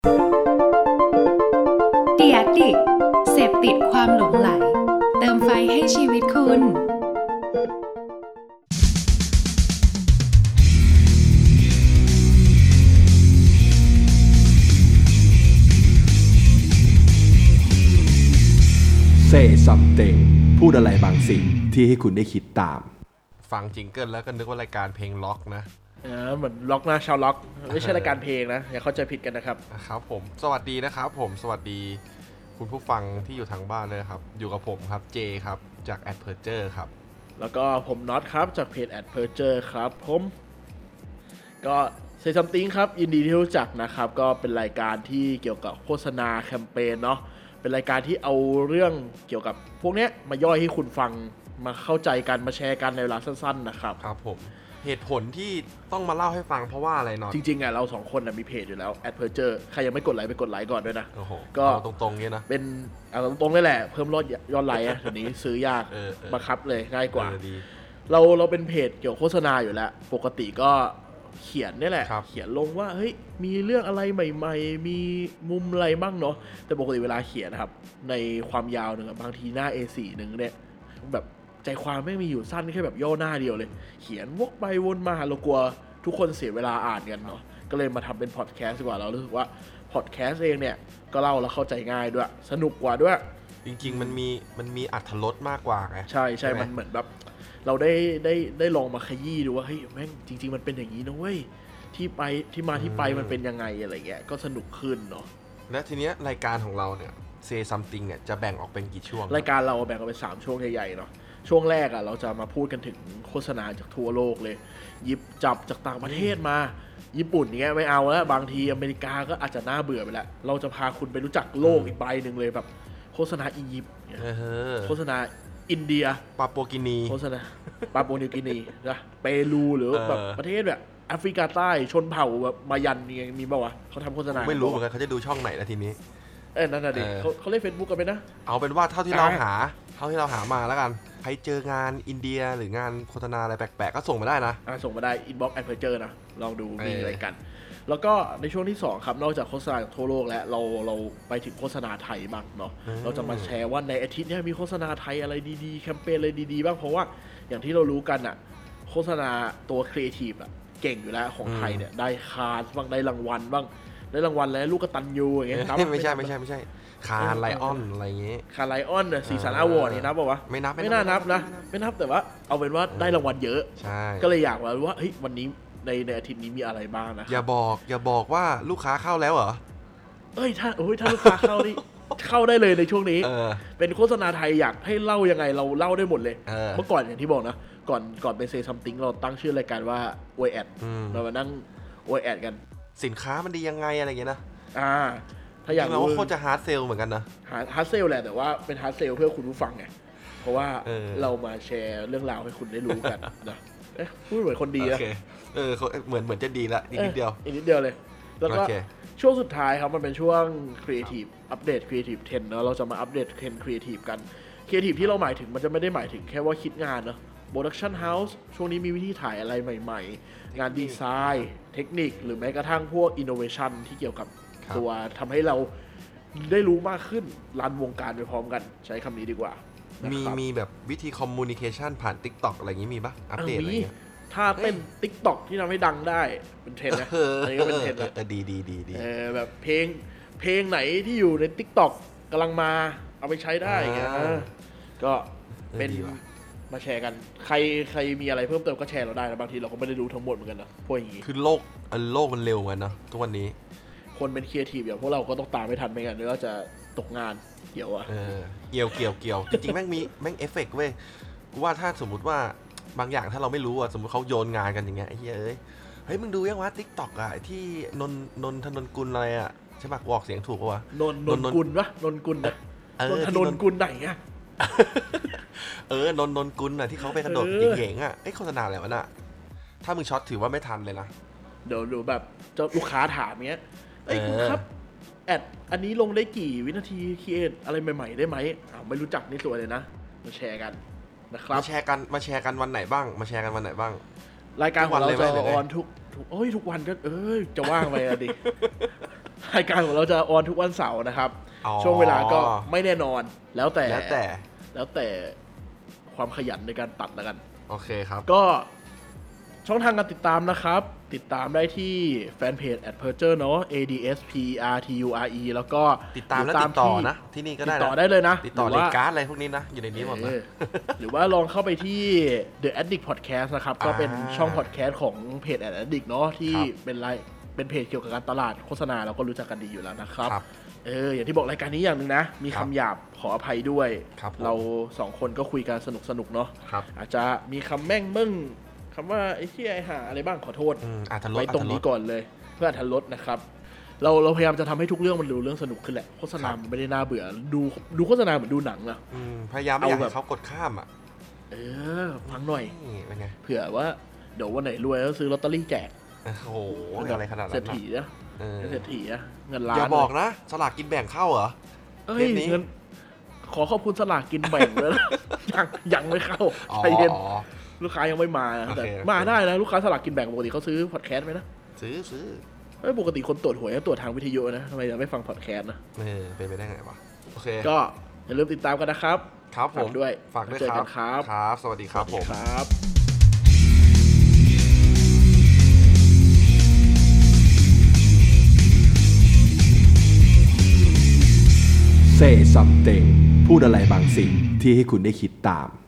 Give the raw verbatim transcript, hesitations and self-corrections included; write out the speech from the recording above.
The Addict เสพติดความหลงใหลเติมไฟให้ชีวิตคุณ Say something พูดอะไรบางสิ่งที่ให้คุณได้คิดตามฟังจิงเกิลแล้วก็นึกว่ารายการเพลงล็อกนะเออเหมือนล็อกนะชาวล็อกไม่ใช่รายการเพลงนะอย่าเข้าใจผิดกันนะครับครับผมสวัสดีนะครับผมสวัสดีคุณผู้ฟังที่อยู่ทางบ้านเลยครับอยู่กับผมครับเจครับจาก Adperture ครับแล้วก็ผมน็อตครับจากเพจ Adperture ครับผมก็ Say something ครับยินดีที่รู้จักนะครับก็เป็นรายการที่เกี่ยวกับโฆษณาแคมเปญเนาะเป็นรายการที่เอาเรื่องเกี่ยวกับพวกเนี้ยมาย่อยให้คุณฟังมาเข้าใจกันมาแชร์กันในเวลาสั้นๆนะครับครับผมเหตุผลที่ต้องมาเล่าให้ฟังเพราะว่าอะไรเนาะจริงๆอ่ะเราสองคนมีเพจอยู่แล้ว Adperture ใครยังไม่กดไลค์ไปกดไลค์ก่อนด้วยนะก็ตรงๆงี้นะเป็นเอาตรงๆนี่แหละเพิ่มยอดยอดไลค์อ่ะเดี๋ยวนี้ซื้อยากบังคับเลยง่ายกว่าเราเราเป็นเพจเกี่ยวโฆษณาอยู่แล้วปกติก็เขียนนี่แหละเขียนลงว่าเฮ้ยมีเรื่องอะไรใหม่ๆมีมุมอะไรบ้างเนาะแต่ปกติเวลาเขียนนะครับในความยาวหนึ่งบางทีหน้า เอ โฟร์ นึงเนี่ยแบบใจความไม่มีอยู่สั้นแค่แบบย่อหน้าเดียวเลยเขียนวกไปวนมาเรากลัวทุกคนเสียเวลาอ่านกันเนาะก็เลยมาทำเป็นพอดแคสต์ดีกว่าเรารู้สึกว่าพอดแคสต์เองเนี่ยก็เล่าแล้วเข้าใจง่ายด้วยสนุกกว่าด้วยจริงๆมันมีมันมีอรรถรสมากกว่าไงใช่ใช่มันเหมือนแบบเราได้ได้ได้ลองมาขยี้ดูว่าเฮ้ยแม่งจริงๆมันเป็นอย่างนี้นะเว้ยที่ไปที่มาที่ไปมันเป็นยังไงอะไรเงี้ยก็สนุกขึ้นเนาะและทีเนี้ยรายการของเราเนี่ย Say something เนี่ยจะแบ่งออกเป็นกี่ช่วงรายการเราแบ่งออกเป็นสามช่วงใหญ่ๆเนาะช่วงแรกอ่ะเราจะมาพูดกันถึงโฆษณาจากทั่วโลกเลยหยิบจับจากต่างประเทศมาญี่ปุ่นเงี้ยไม่เอาแล้วบางทีอเมริกาก็อาจจะน่าเบื่อไปแล้วเราจะพาคุณไปรู้จักโลกอีกใบหนึ่งเลยแบบโฆษณาอียิปต์โฆษณาอินเดียปาปัวกินีโฆษณาปาปัวนิวกินีนะเปรูหรือแบบประเทศแบบแอฟริกาใต้ชนเผ่าแบบมายันนี่มีป่าววะเขาทำโฆษณาไม่รู้เหมือนกันเขาจะดูช่องไหนนะทีนี้เออนั่นน่ะดิเขาเขาเล่น Facebook กันไปนะเอาเป็นว่าเท่าที่เราหาเท่าที่เราหามาแล้วกันใครเจองานอินเดียหรืองานโฆษณาอะไรแปลกๆก็ส่งมาได้นะอ่าส่งมาได้ inbox Adperture นะลองดูมีอะไรกันแล้วก็ในช่วงที่สองครับนอกจากโฆษณาทั่วโลกแล้วเราเราไปถึงโฆษณาไทยบ้างเนาะเราจะมาแชร์ว่าในอาทิตย์นี้มีโฆษณาไทยอะไรดีๆแคมเปญอะไรดีๆบ้างเพราะว่าอย่างที่เรารู้กันอ่ะโฆษณาตัวครีเอทีฟอ่ะเก่งอยู่แล้วของไทยเนี่ยได้คานบ้างได้รางวัลบ้างได้รางวัลแล้วลูกกตัญญูอย่างเงี้ยครับไม่ใช่ไม่ใช่ไม่ใช่คาร์ไลออนอะไรเงี้ยคาร์ไลออนเนี่ยซีซันอวอร์ดนี่นับป่าววะไม่นับไม่น่านับนะไม่นับแต่ว่าเอาเป็นว่าได้รางวัลเยอะใช่ก็เลยอยากรู้ว่าเฮ้ยวันนี้ในในอาทิตย์นี้มีอะไรบ้างนะอย่าบอกอย่าบอกว่าลูกค้าเข้าแล้วเหรอเอ้ยถ้าโอ้ยถ้าลูกค้าเข้านี่เข้าได้เลยในช่วงนี้เป็นโฆษณาไทยอยากให้เล่ายังไงเราเล่าได้หมดเลยเมื่อก่อนอย่างที่บอกนะก่อนก่อนไป Say something เราตั้งชื่อรายการว่า โอ เอ เอ ดี เรามานั่ง โอ เอ เอ ดี กันสินค้ามันดียังไงอะไรอย่างเงี้ยนะอ่าถ้าอยากรู้ว่าโคตรจะฮาร์ดเซลเหมือนกันนะฮาร์ดเซลแหละแต่ว่าเป็นฮาร์ดเซลเพื่อคุณผู้ฟังไงเพราะว่าเรามาแชร์เรื่องราวให้คุณได้รู้กันนะเอ๊ะพูดเหมือนคนดีอะเออเหมือนเหมือนจะดีละอีกนิดเดียวอีกนิดเดียวเลยแล้วก็ช่วงสุดท้ายครับมันเป็นช่วง Creative อัปเดต Creative สิบเนอะเราจะมาอัปเดตเทรนด์ Creative กัน Creative ที่เราหมายถึงมันจะไม่ได้หมายถึงแค่ว่าคิดงานเนอะ Production House ช่วงนี้มีวิธีถ่ายอะไรใหม่ๆงานดีไซน์เทคนิคหรือแม้กระทั่งพวก Innovation ที่เกี่ยวกับตัวทำให้เราได้รู้มากขึ้นรันวงการไปพร้อมกันใช้คำนี้ดีกว่ามีมีแบบวิธีคอมมูนิเคชันผ่าน TikTok อะไรอย่างงี้มีปะอัปเดตอะไรเงี้ยถ้าเต้น TikTok ที่ทำให้ดังได้เป็นเทรนด์นะอันนี้ก็เป็นเทรนด์นะดีดีดีดีเออแบบเพลงเพลงไหนที่อยู่ใน TikTok กำลังมาเอาไปใช้ได้เงี้ยก็เป็นมาแชร์กันใครใครมีอะไรเพิ่มเติมก็แชร์เราได้นะบางทีเราก็ไม่ได้รู้ทั้งหมดเหมือนกันนะพวกอย่างงี้คือโลกโลกมันเร็วเหมือนกันนะทุกวันนี้คนเป็นครีเอทีฟอย่างพวกเราก็ต้องตามไม่ทันไม่งั้นเดี๋ยวเราจะตกงานเกี่ยวอะเออเกี่ยวเกี่ยวเกี่ยวจริงๆแม่งมีแม่งเอฟเฟกต์เว้ยกูว่าถ้าสมมุติว่าบางอย่างถ้าเราไม่รู้อะสมมติเขาโยนงานกันอย่างเงี้ยไอ้เฮ้ยเอ้ยเฮ้ยมึงดูยังวะ TikTok อ่ะที่นนนนทนนกุลอะไรอ่ะใช่ป่ะกูออกเสียงถูกป่ะวะนนนนกุลวะนนกุลนะนนทนนกุลไหนอ่ะเออนนนนกุลน่ะที่เขาไปกระโดดเหย่งๆอ่ะไอ้โฆษณาอะไรวะน่ะถ้ามึงช็อตถือว่าไม่ทันเลยนะเดี๋ยวดูแบบเจ้าลูกค้าถามเงี้ยเอ้ยคุณครับแอดอันนี้ลงได้กี่วินาทีครีเอทอะไรใหม่ๆได้ไหมอ้าวไม่รู้จักนี่สวยเลยนะมาแชร์กันนะครับมาแชร์กันมาแชร์กันวันไหนบ้างมาแชร์กันวันไหนบ้างรายการของเราจะออนทุกทุกโอ้ยทุกวันก็เอ้ยจะว่างไปอะดิรายการของเราจะออนทุกวันเสาร์นะครับช่วงเวลาก็ไม่แน่นอนแล้วแต่แล้วแต่แล้วแต่ความขยันในการตัดแล้วกันโอเคครับก็ช่องทางการติดตามนะครับติดตามได้ที่แฟนเพจ แอท เพอร์เจอร์ เนาะ เอ ดี เอส พี อี อาร์ ที ยู อาร์ อี แล้วก็ติดตามและติดต่อนะที่นี่ก็ได้นะติดต่อได้เลยนะติดต่อเลขการ์ดอะไรพวกนี้นะอยู่ในนี้หมดนะหรือว่าลองเข้าไปที่ The Addict Podcast นะครับก็เป็นช่องพอดแคสต์ของเพจ Addict เนาะที่เป็นไลฟ์เป็นเพจเกี่ยวกับการตลาดโฆษณาเราก็รู้จักกันดีอยู่แล้วนะครับเอออย่างที่บอกรายการนี้อย่างนึงนะมีคำหยาบขออภัยด้วยเราสองคนก็คุยกันสนุกๆเนาะอาจจะมีคำแม่งมึ่งคำว่าไอ้ที่ไอ้ห่าอะไรบ้างขอโทษไว้ตรงนี้ก่อนเลยเพื่ออรรถรสนะครับเราเราพยายามจะทำให้ทุกเรื่องมันดูเรื่องสนุกขึ้นแหละโฆษณามันไม่ได้น่าเบื่อดูดูโฆษณาเหมือนดูหนังนะพยายามไม่อยากให้เขากดข้ามอ่ะเออฟังหน่อยเป็นไงเผื่อว่าเดี๋ยววันไหนรวยแล้วซื้อลอตเตอรี่แจกโอ้โหอะไรขนาดนั้นเศรษฐีนะเศรษฐีอะเงินล้านอย่าบอกนะสลากกินแบ่งเข้าเหรอเอ้ยเงินขอขอบคุณสลากกินแบ่งเลยยังยังไม่เข้าใจเย็นลูกค้ายังไม่มาแต่มาได้นะลูกค้าสลากกินแบ่งปกติเขาซื้อพอดแคสต์ไหมนะซื้อซื้อเฮ้ยปกติคนตรวจหวยก็ตรวจทางวิทยุนะทำไมจะไม่ฟังพอดแคสต์นะเออเป็นไปได้ไงวะโอเคก็อย่าลืมติดตามกันนะครับครับผมด้วยฝากด้วยครับครับสวัสดีครับผมครับ Say something พูดอะไรบางสิ่งที่ให้คุณได้คิดตาม